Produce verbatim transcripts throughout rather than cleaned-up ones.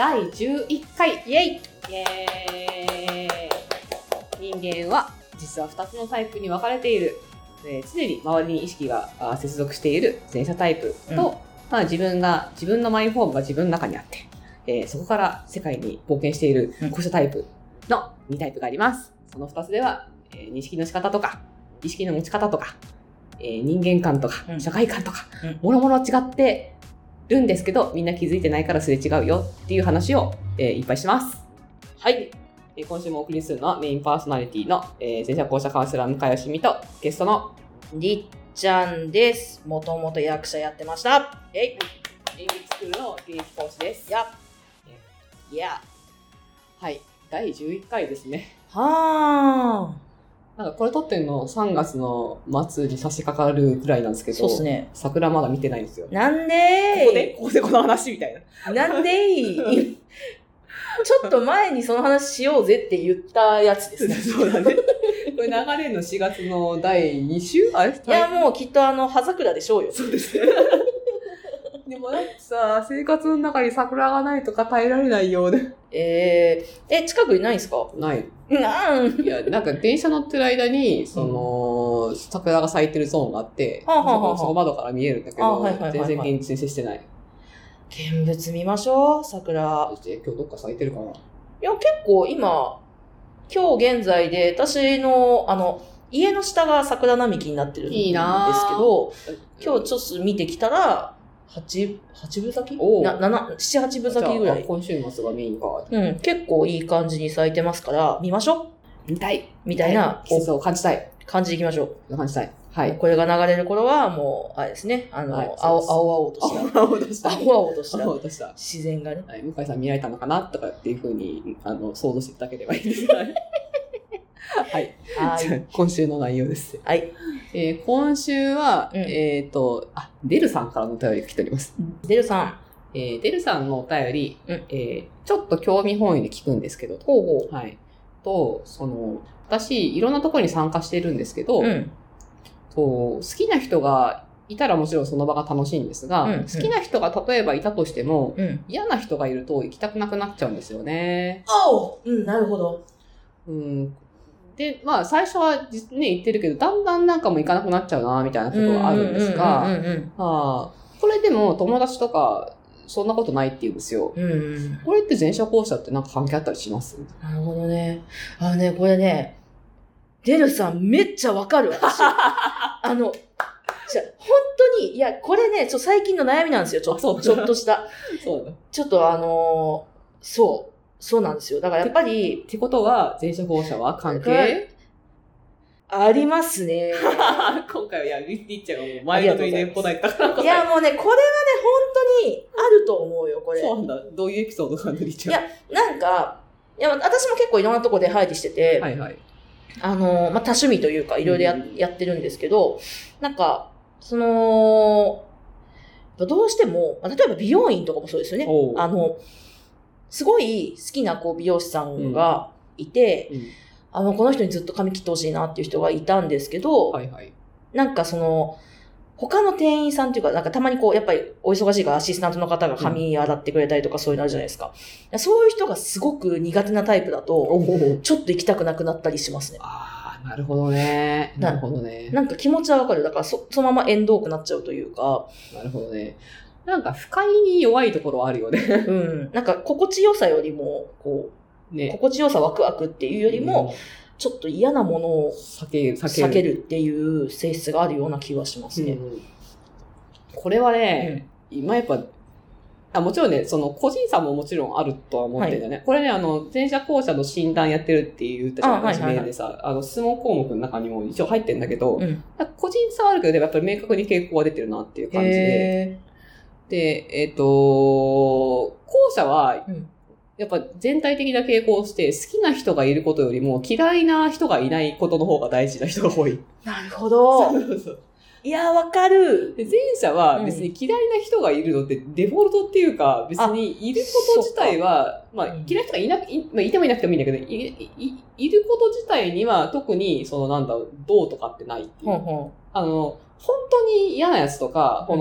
だいじゅういっかい。 イエイイエーイ。人間は実はふたつのタイプに分かれている。えー、常に周りに意識が接続している前者タイプと、うん、まあ、自分が自分のマインフォームが自分の中にあって、えー、そこから世界に冒険している後者タイプのにタイプがあります。そのふたつでは、えー、認識の仕方とか意識の持ち方とか、えー、人間観とか、うん、社会観とか、うん、もろもろ違ってるんですけど、みんな気づいてないからすれ違うよっていう話を、えー、いっぱいします。はい。今週もお送りするのはメインパーソナリティの、えー、前者後者カウンセラー向井よしみとゲストのりっちゃんです。もともと役者やってました。えい。 演劇スクールの現役講師です。 や。 いや。はい。だいじゅういっかいですね。 はー。なんかこれ撮ってるのさんがつの末に差し掛かるくらいなんですけど、 そうですね。 桜まだ見てないんですよ。 なんでーここでここでこの話みたいな。なんでーちょっと前にその話しようぜって言ったやつですね。 そうだね。これ流れるのしがつのだいに週あれいや、もうきっとあの、葉桜でしょうよ。 そうですね。でもだってさ、生活の中に桜がないとか耐えられないようで。 えー、え、近くにないんすか？ ない。 なんいや、なんか電車乗ってる間に、その、うん、桜が咲いてるゾーンがあって、 はあはあはあ、 そこ窓から見えるんだけど、はいはいはいはい、全然現実に接してない。 見物見ましょう、桜。 今日どっか咲いてるかな？いや、結構今、今日現在で、私の、あの、家の下が桜並木になってるんですけど、いい今日ちょっと見てきたら、八、八分咲きな、七、七八分咲きぐらい。 今週末がメインか。 うん、結構いい感じに咲いてますから、見ましょう。 見たい。 みたいな。 季節を感じたい。 感じでいきましょう。感じたい。はい。 これが流れる頃は、もう、あれですね。あの、はい、青、青々とした。 青々とした。 青々とした。 青々とした。 自然がね。 はい。向井さん見られたのかなとかっていうふうに、あの、想像していただければいいです。はい。はい。はい。今週の内容です。 はい。 えー、今週は、うん、えっ、ー、と、あ、デルさんからのお便りが来ております。 デルさん。 えー、デルさんのお便り、 うん、 えー、ちょっと興味本位で聞くんですけど、 ほうほう。 はい。と、その、私、いろんなところに参加しているんですけど、 うん、 と好きな人がいたらもちろんその場が楽しいんですが、うんうん、好きな人が例えばいたとしても、 うん、 嫌な人がいると行きたくなくなっちゃうんですよね。 おう、うん、なるほど。 うん。で、まあ、最初はね、言ってるけど、だんだんなんかも行かなくなっちゃうな、みたいなことはあるんですが、これでも友達とか、そんなことないって言うんですよ。 うんうん、 これって前者後者ってなんか関係あったりします？ なるほどね。あのね、これね、デルさんめっちゃわかる、私。あの、じゃ、本当に、いや、これね、ちょ最近の悩みなんですよ、ちょっと、ちょっとした。 そうだ。 ちょっとあのー、そう、そうなんですよ。だからやっぱり。 ってことは、前者後者は関係ありますね。 今回は、いや、リッチャーがもう前のとにね、答えたから。 いや、もうね、これはね、本当にあると思うよ、これ。 そうなんだ。どういうエピソードがあるの、リッチャー。 いや、なんか、いや、私も結構いろんなとこで配理してて、 はいはい。 あの、まあ、多趣味というか、いろいろや、うん、やってるんですけど、なんか、その、どうしても、例えば美容院とかもそうですよね。あの、すごい好きなこう美容師さんがいて、 うんうん、 あの、この人にずっと髪切ってほしいなっていう人がいたんですけど、 はいはい、 なんかその、他の店員さんっていうか、なんかたまにこう、やっぱりお忙しいからアシスタントの方が髪洗ってくれたりとかそういうのあるじゃないですか。うん、そういう人がすごく苦手なタイプだと、ちょっと行きたくなくなったりしますね。 ああ、なるほどね。なるほどね。 な, なんか気持ちはわかる。だからそ、そのまま縁遠くなっちゃうというか。 なるほどね。なんか不快に弱いところはあるよね。 うん。なんか心地よさよりも、こう、ね、心地よさワクワクっていうよりも、うん、ちょっと嫌なものを避ける、避けるっていう性質があるような気はしますね。うん、 これはね、うん、今やっぱ、あ、もちろんね、その個人差ももちろんあるとは思ってるんだよね。はい、これね、あの、前者後者の診断やってるって言ったじゃん、私メールでさ、あの、質問項目の中にも一応入ってるんだけど、うん、個人差はあるけど、でもやっぱり明確に傾向が出てるなっていう感じで。で、えっと、後者は、やっぱ全体的な傾向をして、好きな人がいることよりも嫌いな人がいないことの方が大事な人が多い。 なるほど。そうそうそう。いやー、わかる。 で、前者は別に嫌いな人がいるのってデフォルトっていうか、別にいること自体は、まあ、嫌いな人がいなく、い、まあ、いてもいなくてもいいんだけど、い、い、いること自体には特に、そのなんだろう、どうとかってないっていう。 ほうほう。 あの、本当に嫌なやつとか、この、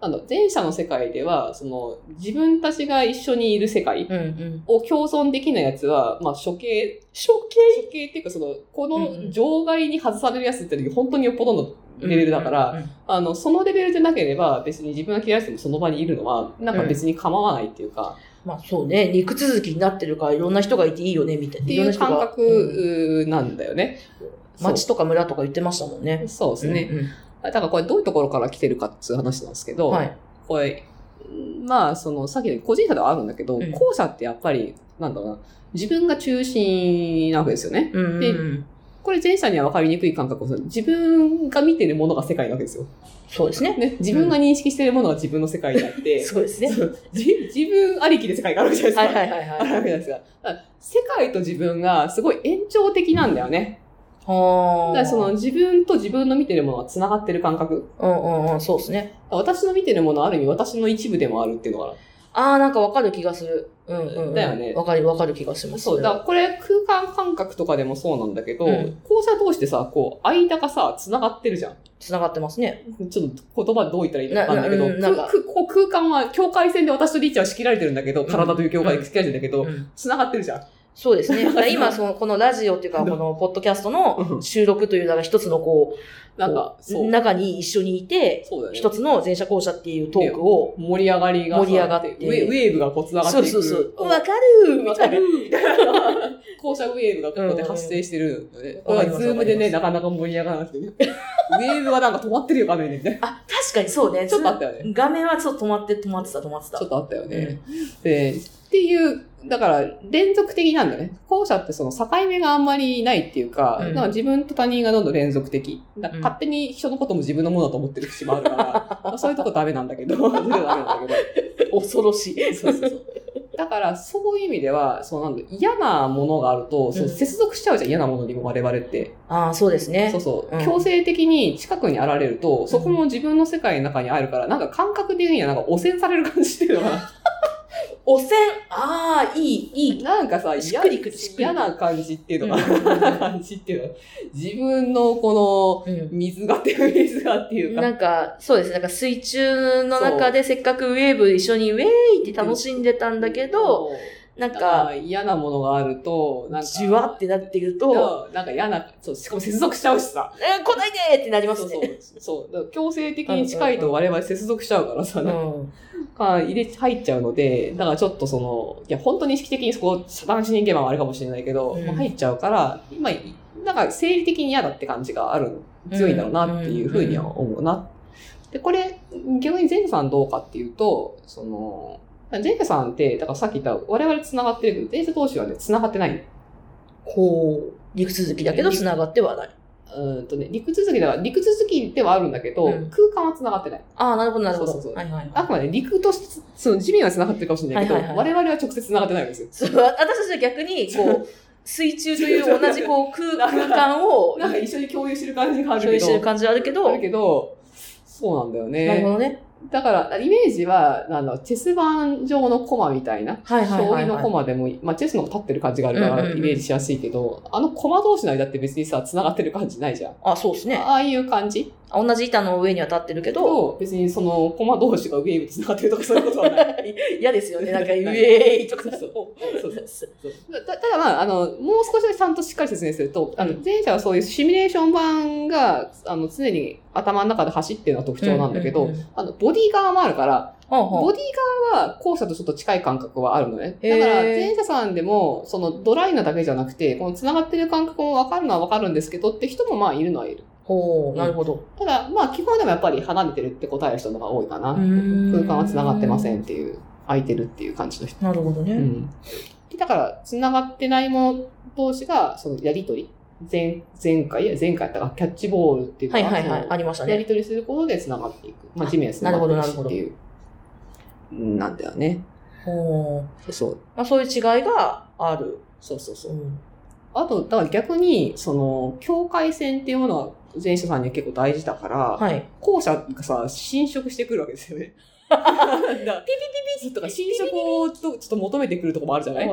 あの、前者の世界では、その、自分たちが一緒にいる世界を共存できないやつは、まあ、処刑、 処刑処刑っていうか、その、この場外に外されるやつって本当によっぽどのレベルだから、うんうんうん、あの、そのレベルでなければ、別に自分が嫌いしてもその場にいるのは、なんか別に構わないっていうか、 うん、まあそうね、肉続きになってるからいろんな人がいていいよね、みたいな。 っていう感覚なんだよね。 うん、町とか村とか言ってましたもんね。 そうですね。うんうん、だからこれどういうところから来てるかっていう話なんですけど、はい、これ、まあ、その、さっきの個人差ではあるんだけど、うん、後者ってやっぱり、なんだろうな、自分が中心なわけですよね。うんうんうん、で、これ前者には分かりにくい感覚をする。自分が見てるものが世界なわけですよ。 そうですね。 ね、自分が認識しているものが自分の世界であって、 うん、そうですね。 自分ありきで世界があるわけじゃないですか。 はいはいはい、はい。 あるわけですが。世界と自分がすごい延長的なんだよね。 はだからその自分と自分の見てるものが繋がってる感覚。 うんうんうん、そうですね。 私の見てるものはある意味私の一部でもあるっていうのかな。 ああ、なんかわかる気がする。うんうん、うん。 だよね。 わかるわかる気がします。 そう。だからこれ空間感覚とかでもそうなんだけど、うん、校舎同士でさ、こう、間がさ、繋がってるじゃん。 繋がってますね。 ちょっと言葉でどう言ったらいいのかわかんないけど、ななくこ空間は境界線で私とリーチは仕切られてるんだけど、体という境界で仕切られてるんだけど、うんうん、繋がってるじゃん。 そうですね。今、その、このラジオっていうか、この、ポッドキャストの収録というのが一つのこう、なんか、そう。中に一緒にいて、そうだね。一つの前者後者っていうトークを、 盛り上がりが、 盛り上がって、 ウェーブがこう繋がっていく。 そうそうそう。わかるわかるみたいな。後者ウェーブがここで発生してるので、これはズームでね、なかなか盛り上がらなくてね。ウェーブはなんか止まってるよ、画面でね。 あ、確かにそうね。 ちょっとあったよね。 画面はちょっと止まって、止まってた、止まってた。 ちょっとあったよね。で、っていう、だから、連続的なんだね。後者ってその境目があんまりないっていうか、うん、なんか自分と他人がどんどん連続的。だから勝手に人のことも自分のものだと思ってる節もあるから、まあ、そういうとこダメなんだけど、そういうとこダメなんだけど。 恐ろしい。 そうそうそう。だから、そういう意味では、そうなんだ、嫌なものがあると、そう接続しちゃうじゃん、嫌なものにも我々って。 ああ、そうですね。 そうそう。うん、強制的に近くに現れると、そこも自分の世界の中にあるから、なんか感覚的にはなんか汚染される感じっていうのかな。 汚染ああ、いい、いい。 なんかさ、 しっくりくる、しっくり嫌な感じっていうのかな。感じっていうの。自分のこの、水がっていう、水がっていうか。 なんか、そうです。なんか水中の中でせっかくウェーブ一緒にウェーイって楽しんでたんだけど、なんか、 嫌なものがあると、なんか、 じわってなってると、 なんか嫌な、そう、しかも接続しちゃうしさ。 えー、来ないでーってなりますね。 そうそう。そう。強制的に近いと我々接続しちゃうからさ、うんか入れ、入っちゃうので、だからちょっとその、いや、本当に意識的にそこ、遮断し人間はあれかもしれないけど、うん、まあ、入っちゃうから、今、なんか生理的に嫌だって感じがある、強いんだろうなっていうふうには思うな。で、これ、逆に前者さんどうかっていうと、その、前者さんって、だからさっき言った、我々繋がってるけど、前者同士はね、繋がってない。 こう、陸続きだけど繋がってはない。 うんとね、陸続きだから、陸続きではあるんだけど、うん、空間は繋がってない。 ああ、なるほど、なるほど。 そうそうそう。 はいはいはい、 あくまで陸と、その地面は繋がってるかもしれないけど、はいはいはい、我々は直接繋がってないわけですよ。 そう、私たちは逆に、こう、水中という同じこう空空間を、 なんか一緒に共有してる感じがあるけど。 共有してる感じはあるけど。 あるけど、そうなんだよね。 なるほどね。 だから、イメージは、あの、チェス盤上のコマみたいな、はいはいはいはい、将棋のコマでも、まあ、チェスの方が立ってる感じがあるから、イメージしやすいけど、うんうんうん、あのコマ同士の間って別にさ、繋がってる感じないじゃん。 あ、そうですね。 ああいう感じ同じ板の上には立ってるけど、 別にその、コマ同士がウェーブ繋がってるとかそういうことはない。 嫌ですよね。なんか、ウェーイとか。そうそうそうそうた。ただまあ、あの、もう少しちゃんとしっかり説明すると、あの、前者はそういうシミュレーション版が、あの、常に頭の中で走ってるのが特徴なんだけど、うんうんうん、あの、ボディ側もあるから、ほうほうボディ側は後者とちょっと近い感覚はあるのね。だから、前者さんでも、そのドライなだけじゃなくて、この繋がってる感覚もわかるのはわかるんですけどって人もまあいるのはいる。 ほう、なるほど。 ただ、まあ基本でもやっぱり離れてるって答える人の方が多いかな。空間は繋がってませんっていう、空いてるっていう感じの人。 なるほどね。うん、 だから、繋がってないもの同士が、そのやりとり。前、前回、前回やったか、キャッチボールっていうか、 はいはいはい、ありましたね。 やりとりすることで繋がっていく。まあ地面で繋がっていくっていう。なんだよね。 ほう。そうそう。 まあそういう違いがある。 そうそうそう。うん、あと、だから逆に、その、境界線っていうものは前者さんには結構大事だから、はい、後者がさ、侵食してくるわけですよね。だピピピピとか侵食をちょっと求めてくるとこもあるじゃない？なるほど。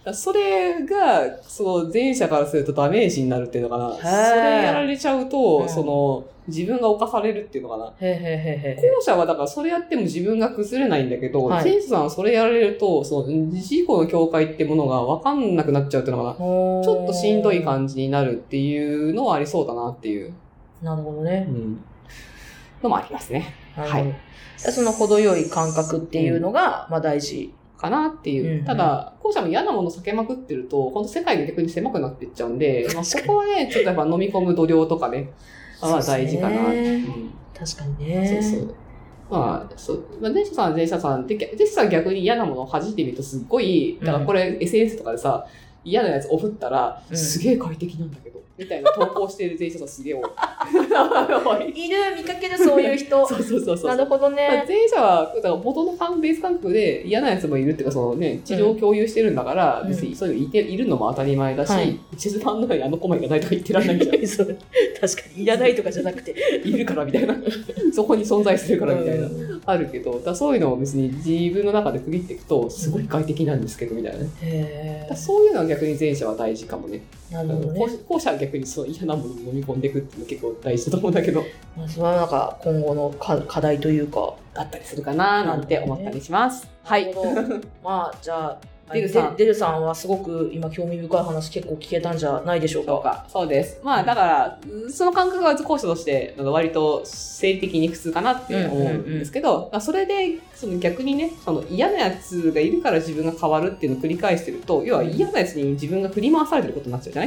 それが、その前者からするとダメージになるっていうのかな。それやられちゃうと、うん、その、自分が侵されるっていうのかな。 へへへへ後者はだからそれやっても自分が崩れないんだけど、はい、前者さんはそれやられると、その、自己の境界ってものが分かんなくなっちゃうっていうのかな。ちょっとしんどい感じになるっていうのはありそうだなっていう。 なるほどね。 うん。のもありますね。はい。 その程よい感覚っていうのが、うん、まあ大事。 かなっていう。うんうん、ただ、後者も嫌なものを避けまくってると、本当世界が逆に狭くなっていっちゃうんで、まあ、そこはね、ちょっとやっぱ飲み込む度量とかね、まあ大事かな。うん、 確かにね。 そうそう。まあ、そう。まあ、前者さんは前者さんって、前者さんは逆に嫌なものを弾いてみるとすっごい、だからこれ エスエヌエス とかでさ、嫌なやつを振ったら、うん、すげえ快適なんだけど、みたいな投稿している前者さんすげえ多い。 いる、見かけるそういう人。 そうそうそうそう。 なるほどね。 前者は、だから元の感ベース感覚で嫌なやつもいるっていうか、そのね、治療を共有してるんだから、うん、別にそういうのいているのも当たり前だし、はい、地図版の中にあのコマがないとか言ってらんないじゃん。 そう確かに、いらないとかじゃなくて、 いるからみたいな。そこに存在するからみたいな。うん、あるけど、だそういうのを別に自分の中で区切っていくと、すごい快適なんですけど、みたいなね。へだそういうのは逆に前者は大事かもね。 なるほどね。 後者は逆にそう嫌なものを飲み込んでいくっていうの結構大事だと思うんだけど。 まあ、それはなんか今後の課題というか、 あったりするかななんて思ったりします。はい。 まあ、じゃあ、デルさん。デルさんはすごく今興味深い話結構聞けたんじゃないでしょうか。 そうか。そうです。まあだから、その感覚は後者として割と生理的に普通かなって思うんですけど、うんうんうん、それでその逆にね、その嫌なやつがいるから自分が変わるっていうのを繰り返してると、要は嫌なやつに自分が振り回されてることになっちゃうじゃない？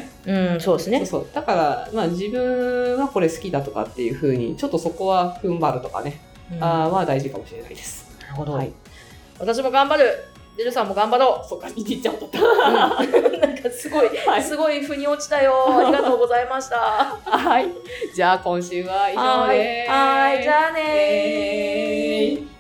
うん、そうですね。 そうそう。だから、まあ自分はこれ好きだとかっていう風に、ちょっとそこは踏ん張るとかね、うん、あは大事かもしれないです。 なるほど。はい。私も頑張る。デルさんも頑張ろう。 そうか、言っちゃった。 うん、なんかすごい、はい、すごい腑に落ちたよ。ありがとうございました。 はい。じゃあ今週は以上です。 はい。はい、じゃあねー。